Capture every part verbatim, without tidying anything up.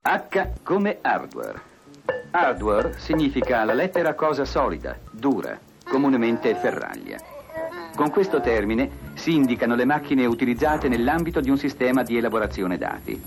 H come hardware. Hardware significa la lettera cosa solida, dura, comunemente ferraglia. Con questo termine si indicano le macchine utilizzate nell'ambito di un sistema di elaborazione dati.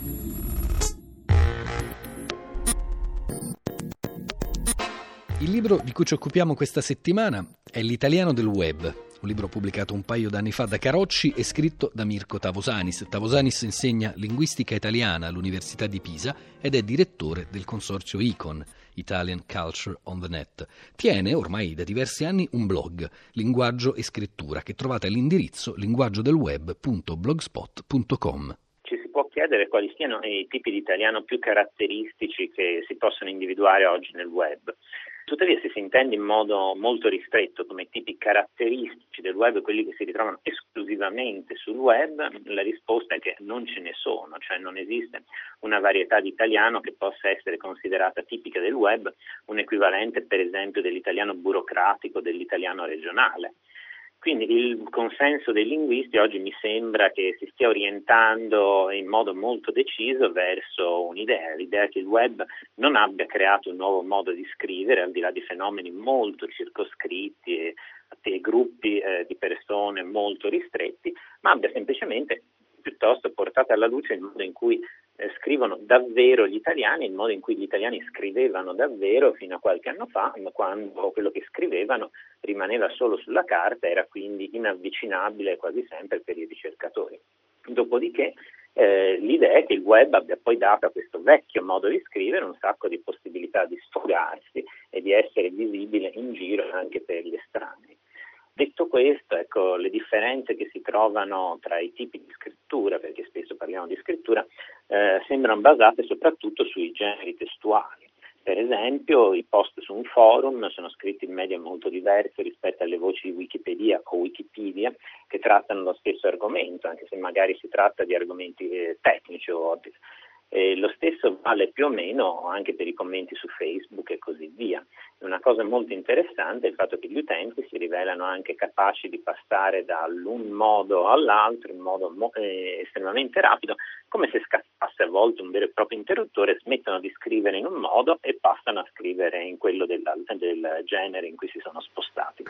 Il libro di cui ci occupiamo questa settimana è L'italiano del web, un libro pubblicato un paio d'anni fa da Carocci e scritto da Mirko Tavosanis. Tavosanis insegna linguistica italiana all'Università di Pisa ed è direttore del consorzio ICON, Italian Culture on the Net. Tiene ormai da diversi anni un blog, Linguaggio e Scrittura, che trovate all'indirizzo linguaggiodelweb punto blogspot punto com. Ci si può chiedere quali siano i tipi di italiano più caratteristici che si possono individuare oggi nel web. Tuttavia, se si intende in modo molto ristretto come tipi caratteristici del web, quelli che si ritrovano esclusivamente sul web, la risposta è che non ce ne sono, cioè non esiste una varietà di italiano che possa essere considerata tipica del web, un equivalente per esempio dell'italiano burocratico, dell'italiano regionale. Quindi il consenso dei linguisti oggi mi sembra che si stia orientando in modo molto deciso verso un'idea, l'idea che il web non abbia creato un nuovo modo di scrivere, al di là di fenomeni molto circoscritti e, e gruppi eh, di persone molto ristretti, ma abbia semplicemente piuttosto portato alla luce il modo in cui eh, scrivono davvero gli italiani, il modo in cui gli italiani scrivevano davvero fino a qualche anno fa, quando quello che scrivevano rimaneva solo sulla carta, era quindi inavvicinabile quasi sempre per i ricercatori. Dopodiché eh, l'idea è che il web abbia poi dato a questo vecchio modo di scrivere un sacco di possibilità di sfogarsi e di essere visibile in giro anche per gli estranei. Detto questo, ecco, le differenze che si trovano tra i tipi di scrittura, perché spesso parliamo di scrittura, eh, sembrano basate soprattutto sui generi testuali. Per esempio, i post su un forum sono scritti in media molto diverse rispetto alle voci di Wikipedia o Wikipedia che trattano lo stesso argomento, anche se magari si tratta di argomenti eh, tecnici o Eh, lo stesso vale più o meno anche per i commenti su Facebook e così via. Una cosa molto interessante è il fatto che gli utenti si rivelano anche capaci di passare dall'un modo all'altro in modo mo- eh, estremamente rapido, come se scattasse a volte un vero e proprio interruttore, smettono di scrivere in un modo e passano a scrivere in quello del, del genere in cui si sono spostati.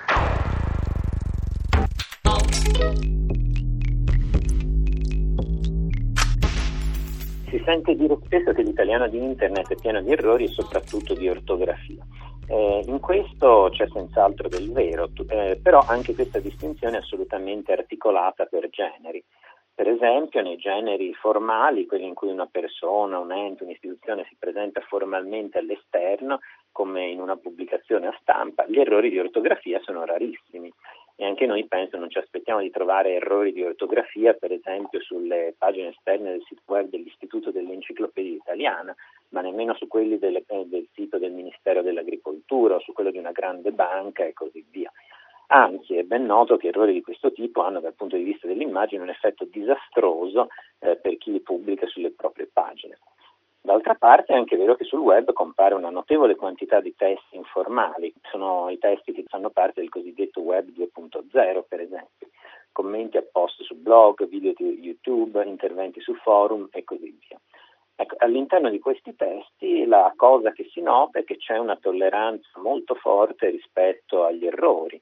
Si sente dire spesso che l'italiano di internet è pieno di errori e soprattutto di ortografia. Eh, in questo c'è senz'altro del vero, eh, però anche questa distinzione è assolutamente articolata per generi. Per esempio, nei generi formali, quelli in cui una persona, un ente, un'istituzione si presenta formalmente all'esterno, come in una pubblicazione a stampa, gli errori di ortografia sono rarissimi. E anche noi penso non ci aspettiamo di trovare errori di ortografia, per esempio sulle pagine esterne del sito web dell'Istituto dell'Enciclopedia Italiana, ma nemmeno su quelli delle, eh, del sito del Ministero dell'Agricoltura o su quello di una grande banca e così via. Anzi, è ben noto che errori di questo tipo hanno dal punto di vista dell'immagine un effetto disastroso eh, per chi li pubblica sulle proprie pagine. D'altra parte è anche vero che sul web compare una notevole quantità di testi informali, sono i testi che fanno parte del cosiddetto web due punto zero, per esempio, commenti a post su blog, video di YouTube, interventi su forum e così via. Ecco, all'interno di questi testi la cosa che si nota è che c'è una tolleranza molto forte rispetto agli errori.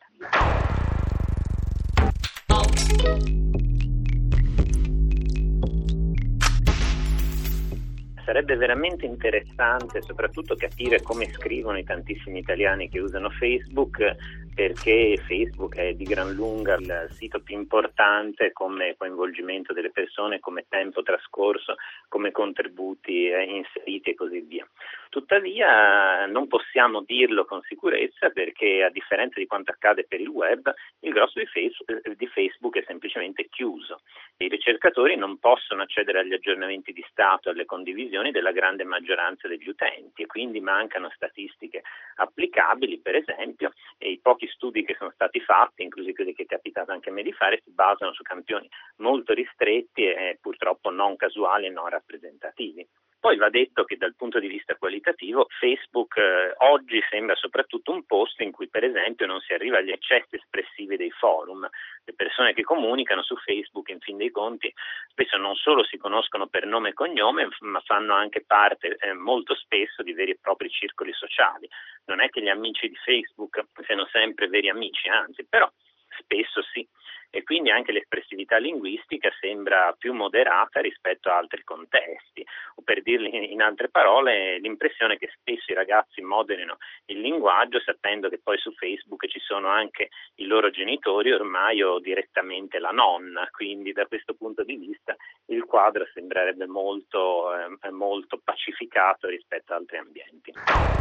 Sarebbe veramente interessante soprattutto capire come scrivono i tantissimi italiani che usano Facebook, perché Facebook è di gran lunga il sito più importante come coinvolgimento delle persone, come tempo trascorso, come contributi inseriti e così via. Tuttavia non possiamo dirlo con sicurezza perché, a differenza di quanto accade per il web, il grosso di Facebook, di Facebook è semplicemente chiuso. I ricercatori non possono accedere agli aggiornamenti di stato, alle condivisioni della grande maggioranza degli utenti e quindi mancano statistiche applicabili, per esempio, e i pochi studi che sono stati fatti, inclusi quelli che è capitato anche a me di fare, si basano su campioni molto ristretti e purtroppo non casuali e non rappresentativi. Poi va detto che dal punto di vista qualitativo Facebook eh, oggi sembra soprattutto un posto in cui per esempio non si arriva agli eccessi espressivi dei forum. Le persone che comunicano su Facebook in fin dei conti spesso non solo si conoscono per nome e cognome, ma fanno anche parte eh, molto spesso di veri e propri circoli sociali. Non è che gli amici di Facebook siano sempre veri amici, anzi, però spesso sì, e quindi anche l'espressività linguistica sembra più moderata rispetto a altri contesti, o per dirli in altre parole l'impressione che spesso i ragazzi moderino il linguaggio sapendo che poi su Facebook ci sono anche i loro genitori ormai o direttamente la nonna, quindi da questo punto di vista il quadro sembrerebbe molto, eh, molto pacificato rispetto ad altri ambienti.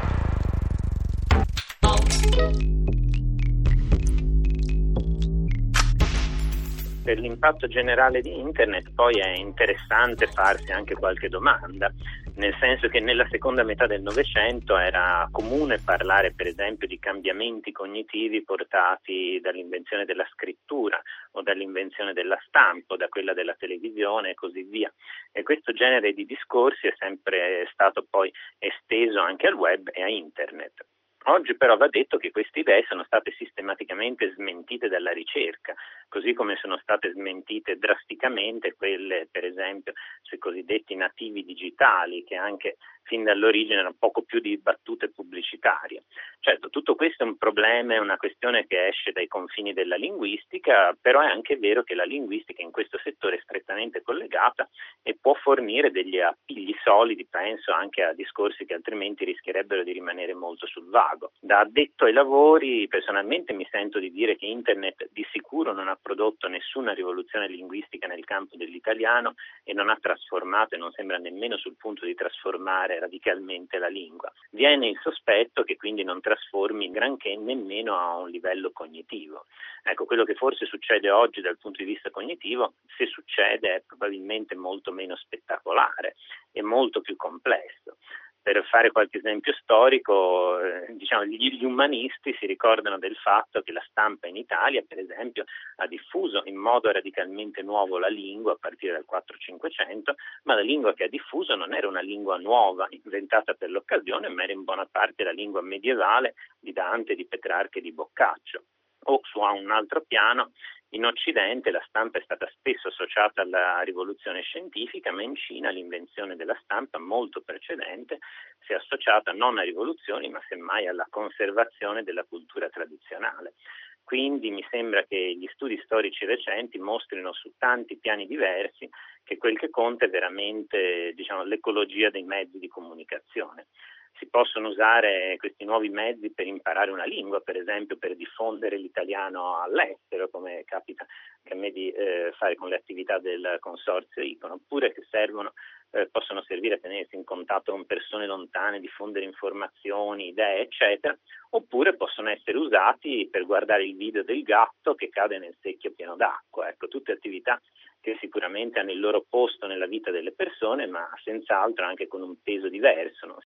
Per l'impatto generale di Internet poi è interessante farsi anche qualche domanda, nel senso che nella seconda metà del Novecento era comune parlare per esempio di cambiamenti cognitivi portati dall'invenzione della scrittura o dall'invenzione della stampa o da quella della televisione e così via, e questo genere di discorsi è sempre stato poi esteso anche al web e a Internet. Oggi però va detto che queste idee sono state sistematicamente smentite dalla ricerca, così come sono state smentite drasticamente quelle, per esempio, sui cosiddetti nativi digitali, che anche fin dall'origine erano poco più di battute pubblicitarie. Certo, tutto questo è un problema, è una questione che esce dai confini della linguistica, però è anche vero che la linguistica in questo settore è strettamente collegata e può fornire degli appigli solidi, penso anche a discorsi che altrimenti rischierebbero di rimanere molto sul vago. Da addetto ai lavori, personalmente mi sento di dire che Internet di sicuro non ha prodotto nessuna rivoluzione linguistica nel campo dell'italiano e non ha trasformato e non sembra nemmeno sul punto di trasformare radicalmente la lingua. Viene il sospetto che quindi non trasformi granché nemmeno a un livello cognitivo. Ecco, quello che forse succede oggi dal punto di vista cognitivo, se succede, è probabilmente molto meno spettacolare e molto più complesso. Per fare qualche esempio storico, eh, diciamo, gli, gli umanisti si ricordano del fatto che la stampa in Italia, per esempio, ha diffuso in modo radicalmente nuovo la lingua a partire dal quattrocento-cinquecento, ma la lingua che ha diffuso non era una lingua nuova, inventata per l'occasione, ma era in buona parte la lingua medievale di Dante, di Petrarca e di Boccaccio. O su un altro piano, in Occidente la stampa è stata spesso associata alla rivoluzione scientifica, ma in Cina l'invenzione della stampa, molto precedente, si è associata non a rivoluzioni, ma semmai alla conservazione della cultura tradizionale. Quindi mi sembra che gli studi storici recenti mostrino su tanti piani diversi che quel che conta è veramente, diciamo, l'ecologia dei mezzi di comunicazione. Si possono usare questi nuovi mezzi per imparare una lingua, per esempio per diffondere l'italiano all'estero, come capita a me di eh, fare con le attività del consorzio ICON, oppure che servono, eh, possono servire a tenersi in contatto con persone lontane, diffondere informazioni, idee, eccetera, oppure possono essere usati per guardare il video del gatto che cade nel secchio pieno d'acqua. Ecco, tutte attività che sicuramente hanno il loro posto nella vita delle persone, ma senz'altro anche con un peso diverso, non